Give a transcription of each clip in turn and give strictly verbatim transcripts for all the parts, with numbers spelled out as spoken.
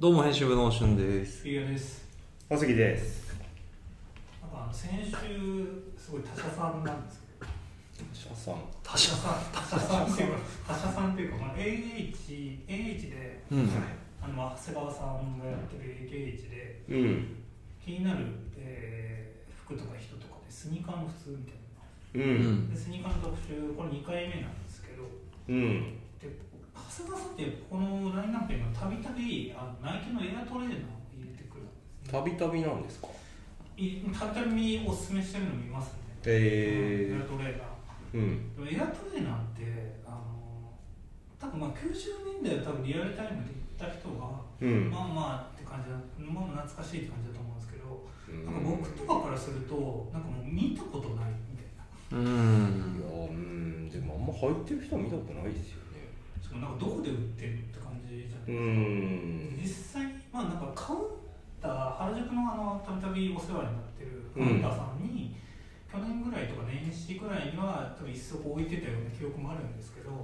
どうも編集部のしゅんです。 ゆうやです。 小杉です。 なんかあの先週すごい他社さんなんですけど、 他社さん他社さん他社さんっていうか他社さんっていうか、まあ、エーエイチ エーエイチ で、うん、あの長谷川さんがやってる エーエイチ で、うん、気になる、えー、服とか人とかでスニーカーの普通みたいな、うん、でスニーカーの特集これにかいめなんですけど、うん、で長谷川さんってこのラインナップにはたびたびナイキのエアトレーナーを入れてくるんですね。 たびたびなんですか？ たびたびおすすめしてるの見ますね。 えー、 エアトレーナー、うん、でもエアトレーナーってあの多分まあきゅうじゅうねんだいは多分リアルタイムで行った人が、うん、まあまあって感じだ、もう懐かしいって感じだと思うんですけど、うん、なんか僕とかからするとなんかもう見たことないみたいな。 うんいやうんでもあんま履いてる人は見たことないですよね。 しかもなんかどこで売ってるって感じじゃないですか。うん実際まあなんかカウンター原宿のあのたびたびお世話になってるカウンターさんに、うん、去年ぐらいとか年始ぐらいには多分一足置いてたような記憶もあるんですけど、うん、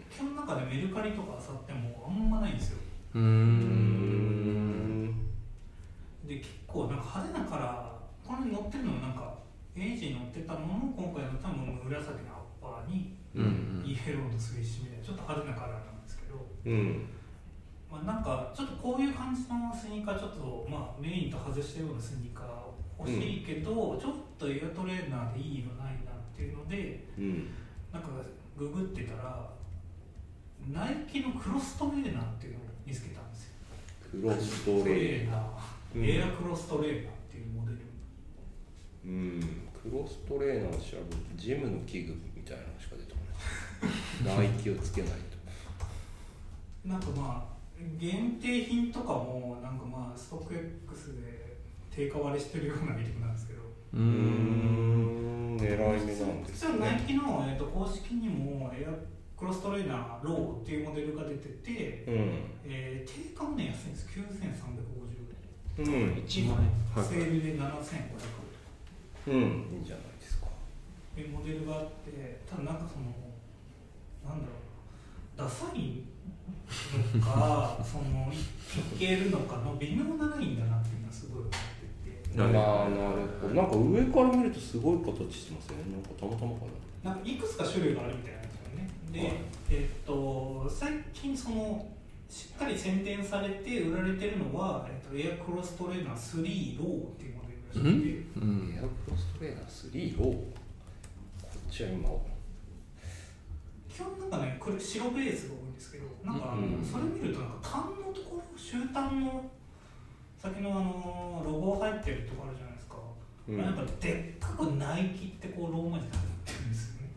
基本の中でメルカリとか漁ってもあんまないんですよ。うーんで結構なんか派手なカラーこれに載ってるのもなんかエイジに載ってたものを今回の多分紫のアッパーに、うんうん、イエローのスイッシュみたいなちょっと派手なカラーなんですけど、うんまあ、なんかちょっとこういう感じのスニーカーちょっと、まあ、メインと外したようなスニーカー欲しいけど、うん、ちょっとエアトレーナーでいいのないなっていうので、うん、なんかググってたらナイキのクロストレーナーっていうのを見つけたんですよ。 クロストレーナー、 うん、エアクロストレーナーっていうモデル、 うん、クロストレーナー調べるとジムの器具みたいなのしか出てこないナイキをつけないとなんかまあ限定品とかもなんかまあストック X で定価割れしてるようなアイテムなんですけど、うーん狙い目なんですね。 実はナイキの、えー、と公式にもエアクロストレーナーローっていうモデルが出てて、うんえー、定価もね安いんです。きゅうせんさんびゃくごじゅうえん、うん、いちまんえん、セールでななせんごひゃくえん、 うん、いいじゃないですか。 でモデルがあってただなんかそのなんだろうダサいのかそのいけるのかの微妙なラインだなっていうのはすごい思ってて、 まあなるほど。なんか上から見るとすごい形してますね。なんかたまたまかな。なんかいくつか種類があるみたいなんですよね。で、はい、えっと最近そのしっかり宣伝されて売られてるのは、えっと、エアクロストレーナースリーローっていうモデルらしくて、 うん、エアクロストレーナースリーローこっちは今基本なんかねこれ白ベースが多いんですけどなんか、うん、それ見るとなんか端のところ終端の先のあのロゴ入ってるところあるじゃないですか、うん、なんかでっかくナイキってこうローマ字で入ってるんですよね。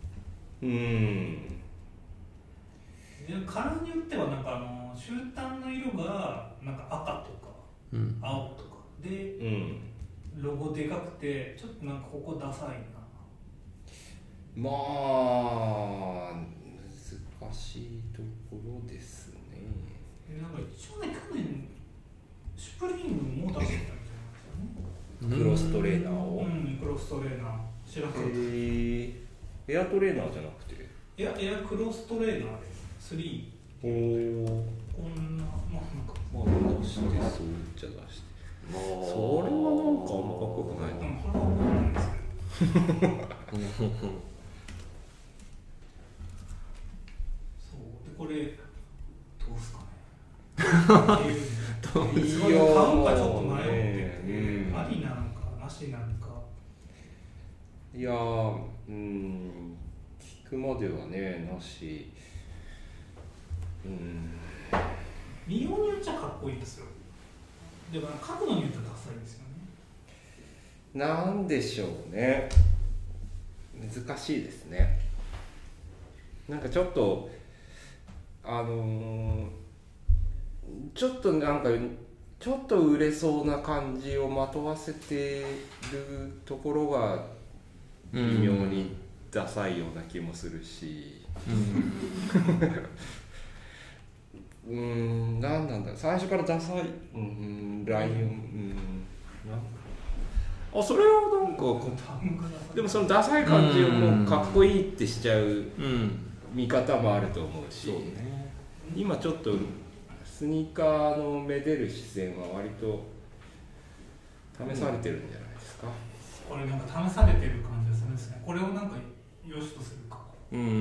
うんでカラーによってはなんかあの終端の色がなんか赤とか、うん、青とかで、うん、ロゴでかくてちょっとなんかここダサいな。 まあ難しいところですね。 なんか一応ね去年シュプリームも出してたみたいなんですよね。 クロストレーナーを。 うん、クロストレーナー。知らなかった。えー、エアトレーナーじゃなくて。 エアエアクロストレーナーです。スリー。おお。こんなまあなんか。 まあ出してそうじゃ出して。まあそれはなんかあんまかっこよくないな。 うん、これはかっこよくないですけど。これどうすかねっていうすごい買うかちょっと迷ってて、うん、ありなのかなしなのか。 いやーうん聞くまではねなし。うん見ようによっちゃかっこいいですよ。でも角度によってはダサいですよね。なんでしょうね難しいですね。なんかちょっとあのー、ちょっとなんかちょっと売れそうな感じをまとわせてるところが微妙にダサいような気もするし、うん、うんなんなんだろう最初からダサい、うん、ライン、うん、あそれはなんかでもそのダサい感じをもうかっこいいってしちゃう見方もあると思うし、うんね、今ちょっとスニーカーのめでる視線は割と試されてるんじゃないですか。 これなんか試されてる感じがするんですね。これをなんか良しとするか、 うん、 うん、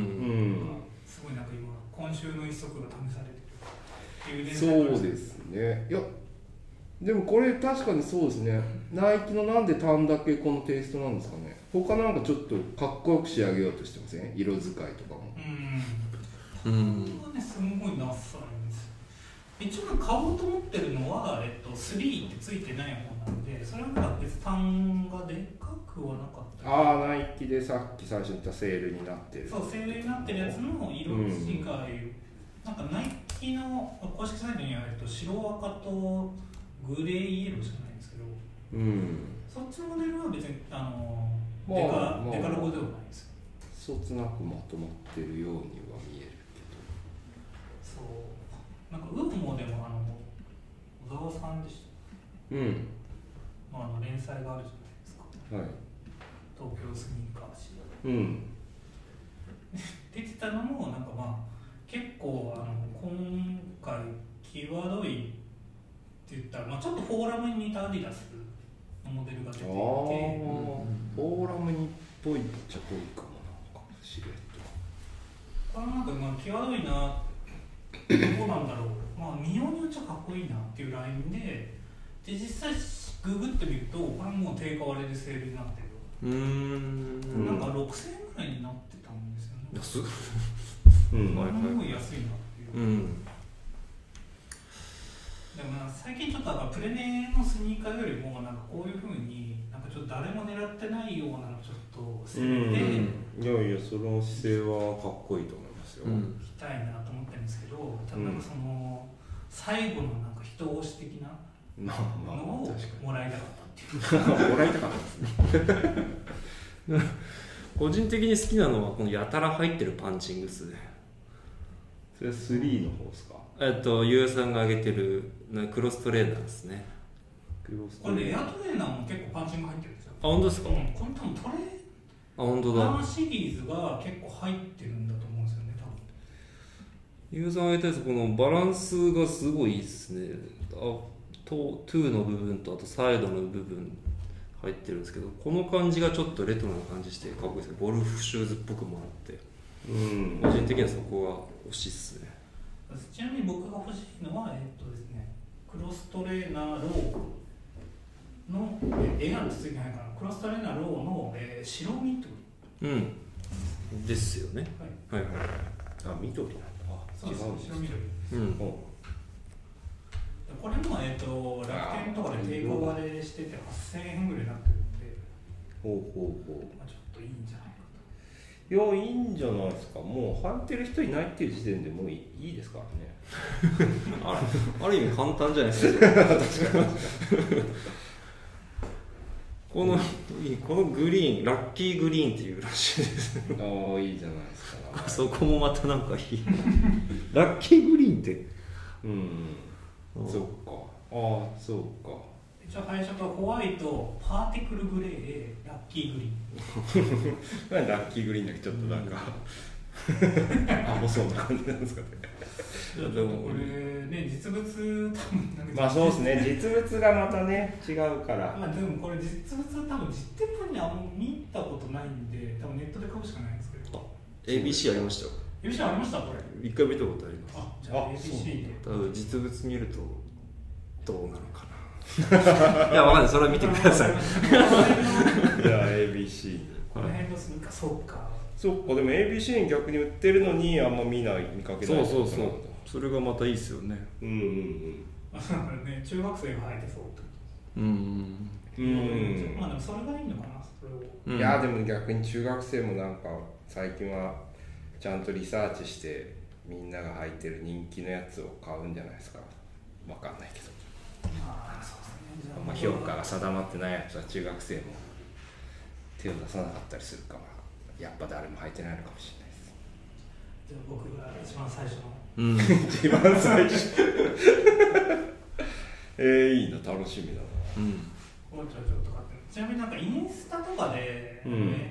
すごいなんか今今週の一足が試されてるっていう連そう載がですね。いやでもこれ確かにそうですね。ナイキのなんで単だけこのテイストなんですかね。他なんかちょっとかっこよく仕上げようとしてません？色使いとかも。 うん。 うん。 これはねすごいなっさなんですよ。一応買おうと思ってるのはえっとスリーってついてない方なんで、それはなんか別に単がでかくはなかった。 ああ、ナイキでさっき最初に言ったセールになってる。 そう、セールになってるやつの色違い、うん、なんかナイキの公式サイトにはえっと白赤とグレーイエローしかないんですけど、 うん、 そっちのモデルは別にあの、 まあ、 デカ、 まあ、 デカロゴではないんですよ。 そつなくまとまってるようには見えるけど。 そうなんかウーモでもあの小沢さんでした、 うん、 まあ、あの連載があるじゃないですか、 はい、 東京スニーカー誌、 うん、 出てたのもなんかまあ結構あの今回際どいって言ったら、まあ、ちょっとフォーラムに似たアディダスのモデルが出ていて、 あ、うん、フォーラムにっぽいっちゃぽいかもなんかシルエット。 これなんかまあ際どいな、どうなんだろう、まあ見ようによっちゃかっこいいなっていうラインで、で実際ググってみるとこれもう定価割れでセールになってる。 うーん。 なんかろくせんえんぐらいになってたんですよね。 安っ。 うん、 すごい安いなっていう。 うん。 でもなんか最近ちょっとなんかプレネのスニーカーよりもなんかこういう風になんかちょっと誰も狙ってないようなのちょっと攻めて、 うん、いやいやその姿勢はかっこいいと思いますよ。 うん、 行きたいなと思ってるんですけど、ただなんかその最後のなんか人押し的なのをもらいたかったっていう。 もらいたかったですね。 個人的に好きなのはこのやたら入ってるパンチングスで。 それはスリーの方ですか？ えっとユウさんが挙げてるクロストレーナーですね。 クロスこれエアトレーナーも結構パンチング入ってるんですよ。 あ、本当ですか？うん、 これ多分トレーあ、本当だ。 ナーシリーズが結構入ってるんだと思うんですよね、多分。 ユウさんが挙げたやつ、このバランスがすごいですね。あ、トゥーの部分とあとサイドの部分入ってるんですけど、この感じがちょっとレトロな感じしてかっこいいですね。ゴルフシューズっぽくもあって、うん、個人的にはそこが欲しいっすね。 ちなみに僕が欲しいのは、えっとですね、クロストレーナーローの、えエアーついてないかな、クロストレーナーローの、えー、白緑。 うんですよね。はい、はいはい。 あ、緑なんだ。あ、 そうそう、白緑。 うん。 これも、えー、と楽天とかで定価割れしててはっせんえんぐらいになってるんで、 ほうほうほう、 まあ、ちょっといいんじゃないかと。いや、いいんじゃないですか。もう履いてる人いないっていう時点でもういい、いいですからね。 あ, ある意味簡単じゃないですか。確かにこのこのグリーン、ラッキーグリーンっていうらしいです。 ああ、いいじゃないですか。 そこもまたなんかいい。ラッキーグリーンって、 うん、そっか。ああ、そうか。 一応最初とホワイト、パーティクルグレー、ラッキーグリーン。 ラッキーグリーンだけちょっとなんか、あ、細な感じなんですかね。 でもこれね、実物多分なんか、 まあそうですね、実物がまたね違うから。 まあでもこれ実物は多分実店舗にあんま見たことないんで、多分ネットで買うしかないんですけど。 エービーシー ありましたよ。 エービーシー ありましたこれ。 一回見たことあります。 あ、じゃあ エービーシー で。 多分実物見るとどうなのかな。いや、わかんない、それは見てください。 じゃあ エービーシーこの辺のスニーカー、そうか。 そうか、でも エービーシー に逆に売ってるのにあんま見ない、見かけない。 そうそうそう。それがまたいいですよね。 うんうんうん。 だからね、中学生が履いてそうってこと。 うんうん。まあでもそれがいいのかな、それを。 うん、いやでも逆に中学生もなんか最近はちゃんとリサーチしてみんなが履いてる人気のやつを買うんじゃないですか。わかんないけど。 まあそうですね。 あんま評価が定まってないやつは中学生も手を出さなかったりするから、やっぱ誰も履いてないのかもしれないです。 じゃあ僕が一番最初の。 うん、 一番最初えー、いいな、楽しみだな。 うん。 これちょっと買ってる。ちなみになんかインスタとかで、ね、うん、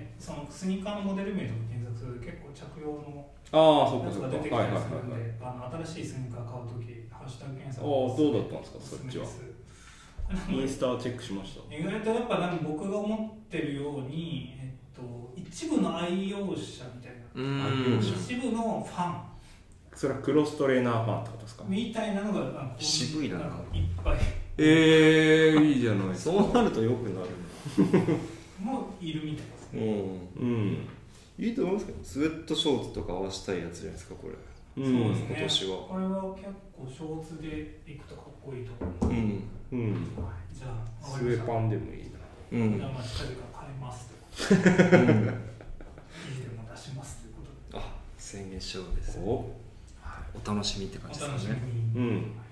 そのスニーカーのモデル名とか検索すると結構着用のああ、そうかやつそうか。 が出てきたりするんで、あの新しいスニーカー買うとき履ハッシュタグ検索。 ああ、どうだったんですか、そっちは。インスタチェックしました。 意外とやっぱなんか僕が思ってるように、えっと、一部の愛用者みたいな、 うん一部のファンそれはクロストレーナーファンってことですか。 みたいなのがなんか渋いな。 なんかいっぱいえー、いいじゃないですか。 そうなると良くなるもいるみたいですね。 うん、 うん、 いいと思いますけど、スウェットショーツとか合わせたいやつじゃないですかこれ。 うん、 そうですね。 今年はこれは結構ショーツでいくとかっこいいと思う。 うんうん、 はい、じゃあスウェパンでもいいな。 うんじゃあまあ近々買いますということで、 うんいつでも出しますということで、 あ、宣言しようですね。 お、 お楽しみって感じですかお楽しね。 みに。 うん。